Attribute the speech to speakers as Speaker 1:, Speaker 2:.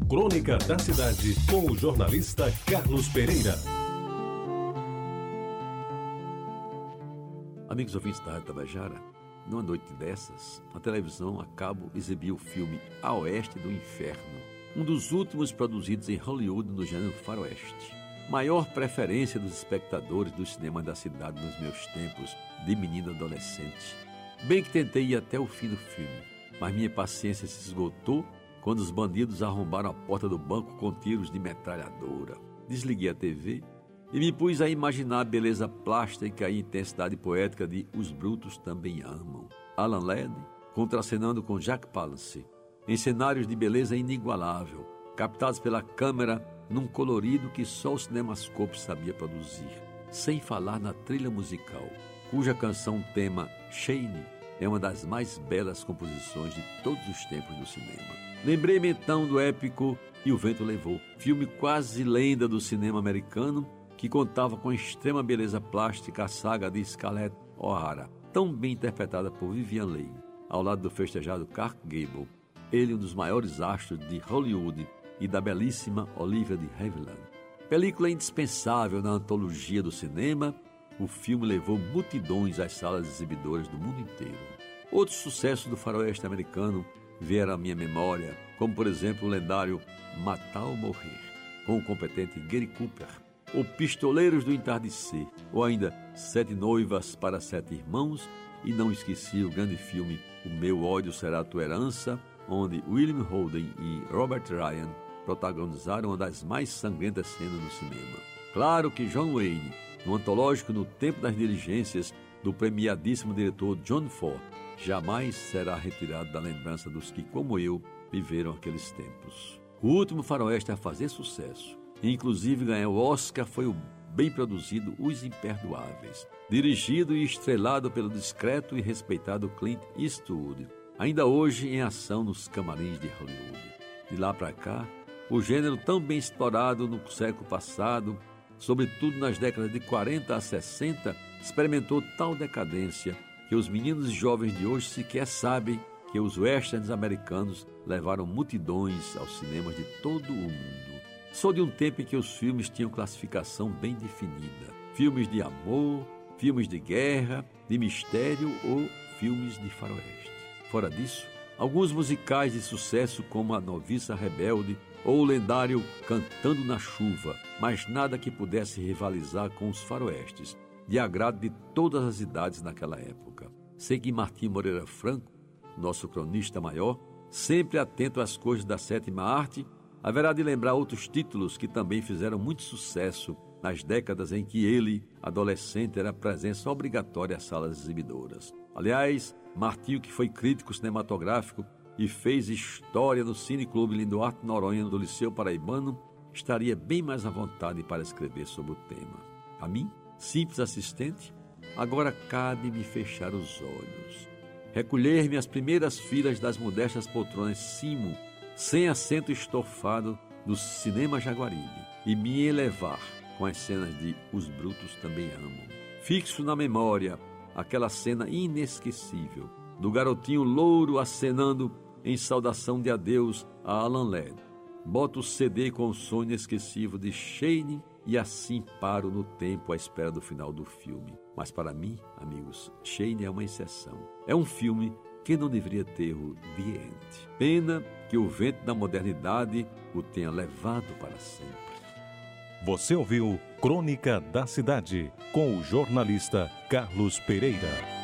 Speaker 1: Crônica da Cidade, com o jornalista Carlos Pereira.
Speaker 2: Amigos ouvintes da Rádio Tabajara, numa noite dessas, a televisão a cabo exibiu o filme A Oeste do Inferno, um dos últimos produzidos em Hollywood no gênero faroeste. Maior preferência dos espectadores do cinema da cidade nos meus tempos de menino adolescente. Bem que tentei ir até o fim do filme, mas minha paciência se esgotou quando os bandidos arrombaram a porta do banco com tiros de metralhadora. Desliguei a TV e me pus a imaginar a beleza plástica e a intensidade poética de Os Brutos Também Amam. Alan Ladd contracenando com Jack Palance, em cenários de beleza inigualável, captados pela câmera num colorido que só o Cinemascope sabia produzir, sem falar na trilha musical, cuja canção tema Shane é uma das mais belas composições de todos os tempos do cinema. Lembrei-me então do épico E o Vento Levou, filme quase lenda do cinema americano, que contava com extrema beleza plástica a saga de Scarlett O'Hara, tão bem interpretada por Vivien Leigh, ao lado do festejado Clark Gable, ele um dos maiores astros de Hollywood, e da belíssima Olivia de Havilland. Película indispensável na antologia do cinema, o filme levou multidões às salas exibidoras do mundo inteiro. Outros sucessos do faroeste americano vieram à minha memória, como por exemplo o lendário Matar ou Morrer, com o competente Gary Cooper, ou Pistoleiros do Entardecer, ou ainda Sete Noivas para Sete Irmãos, e não esqueci o grande filme O Meu Ódio Será a Tua Herança, onde William Holden e Robert Ryan protagonizaram uma das mais sangrentas cenas do cinema. Claro que John Wayne, no antológico No Tempo das Diligências, do premiadíssimo diretor John Ford, jamais será retirado da lembrança dos que, como eu, viveram aqueles tempos. O último faroeste a fazer sucesso, e inclusive ganhar o Oscar, foi o bem produzido Os Imperdoáveis, dirigido e estrelado pelo discreto e respeitado Clint Eastwood, ainda hoje em ação nos camarins de Hollywood. De lá para cá, o gênero tão bem explorado no século passado, sobretudo nas décadas de 40 a 60, experimentou tal decadência que os meninos e jovens de hoje sequer sabem que os westerns americanos levaram multidões aos cinemas de todo o mundo. Sou de um tempo em que os filmes tinham classificação bem definida. Filmes de amor, filmes de guerra, de mistério ou filmes de faroeste. Fora disso, alguns musicais de sucesso como A Noviça Rebelde ou o lendário Cantando na Chuva, mas nada que pudesse rivalizar com os faroestes, de agrado de todas as idades naquela época. Sei que Martim Moreira Franco, nosso cronista maior, sempre atento às coisas da sétima arte, haverá de lembrar outros títulos que também fizeram muito sucesso nas décadas em que ele, adolescente, era presença obrigatória às salas exibidoras. Aliás, Martinho, que foi crítico cinematográfico e fez história no Cine Clube Lindoarte Noronha do Liceu Paraibano, estaria bem mais à vontade para escrever sobre o tema. A mim, simples assistente, agora cabe-me fechar os olhos, recolher-me às primeiras filas das modestas poltronas Simo, sem assento estofado do Cinema Jaguaribe, e me elevar com as cenas de Os Brutos Também Amam. Fixo na memória aquela cena inesquecível do garotinho louro acenando em saudação de adeus a Alan Ladd. Boto o CD com o som inesquecível de Shane e assim paro no tempo à espera do final do filme. Mas para mim, amigos, Shane é uma exceção. É um filme que não deveria ter o The End. Pena que o vento da modernidade o tenha levado para sempre.
Speaker 1: Você ouviu Crônica da Cidade, com o jornalista Carlos Pereira.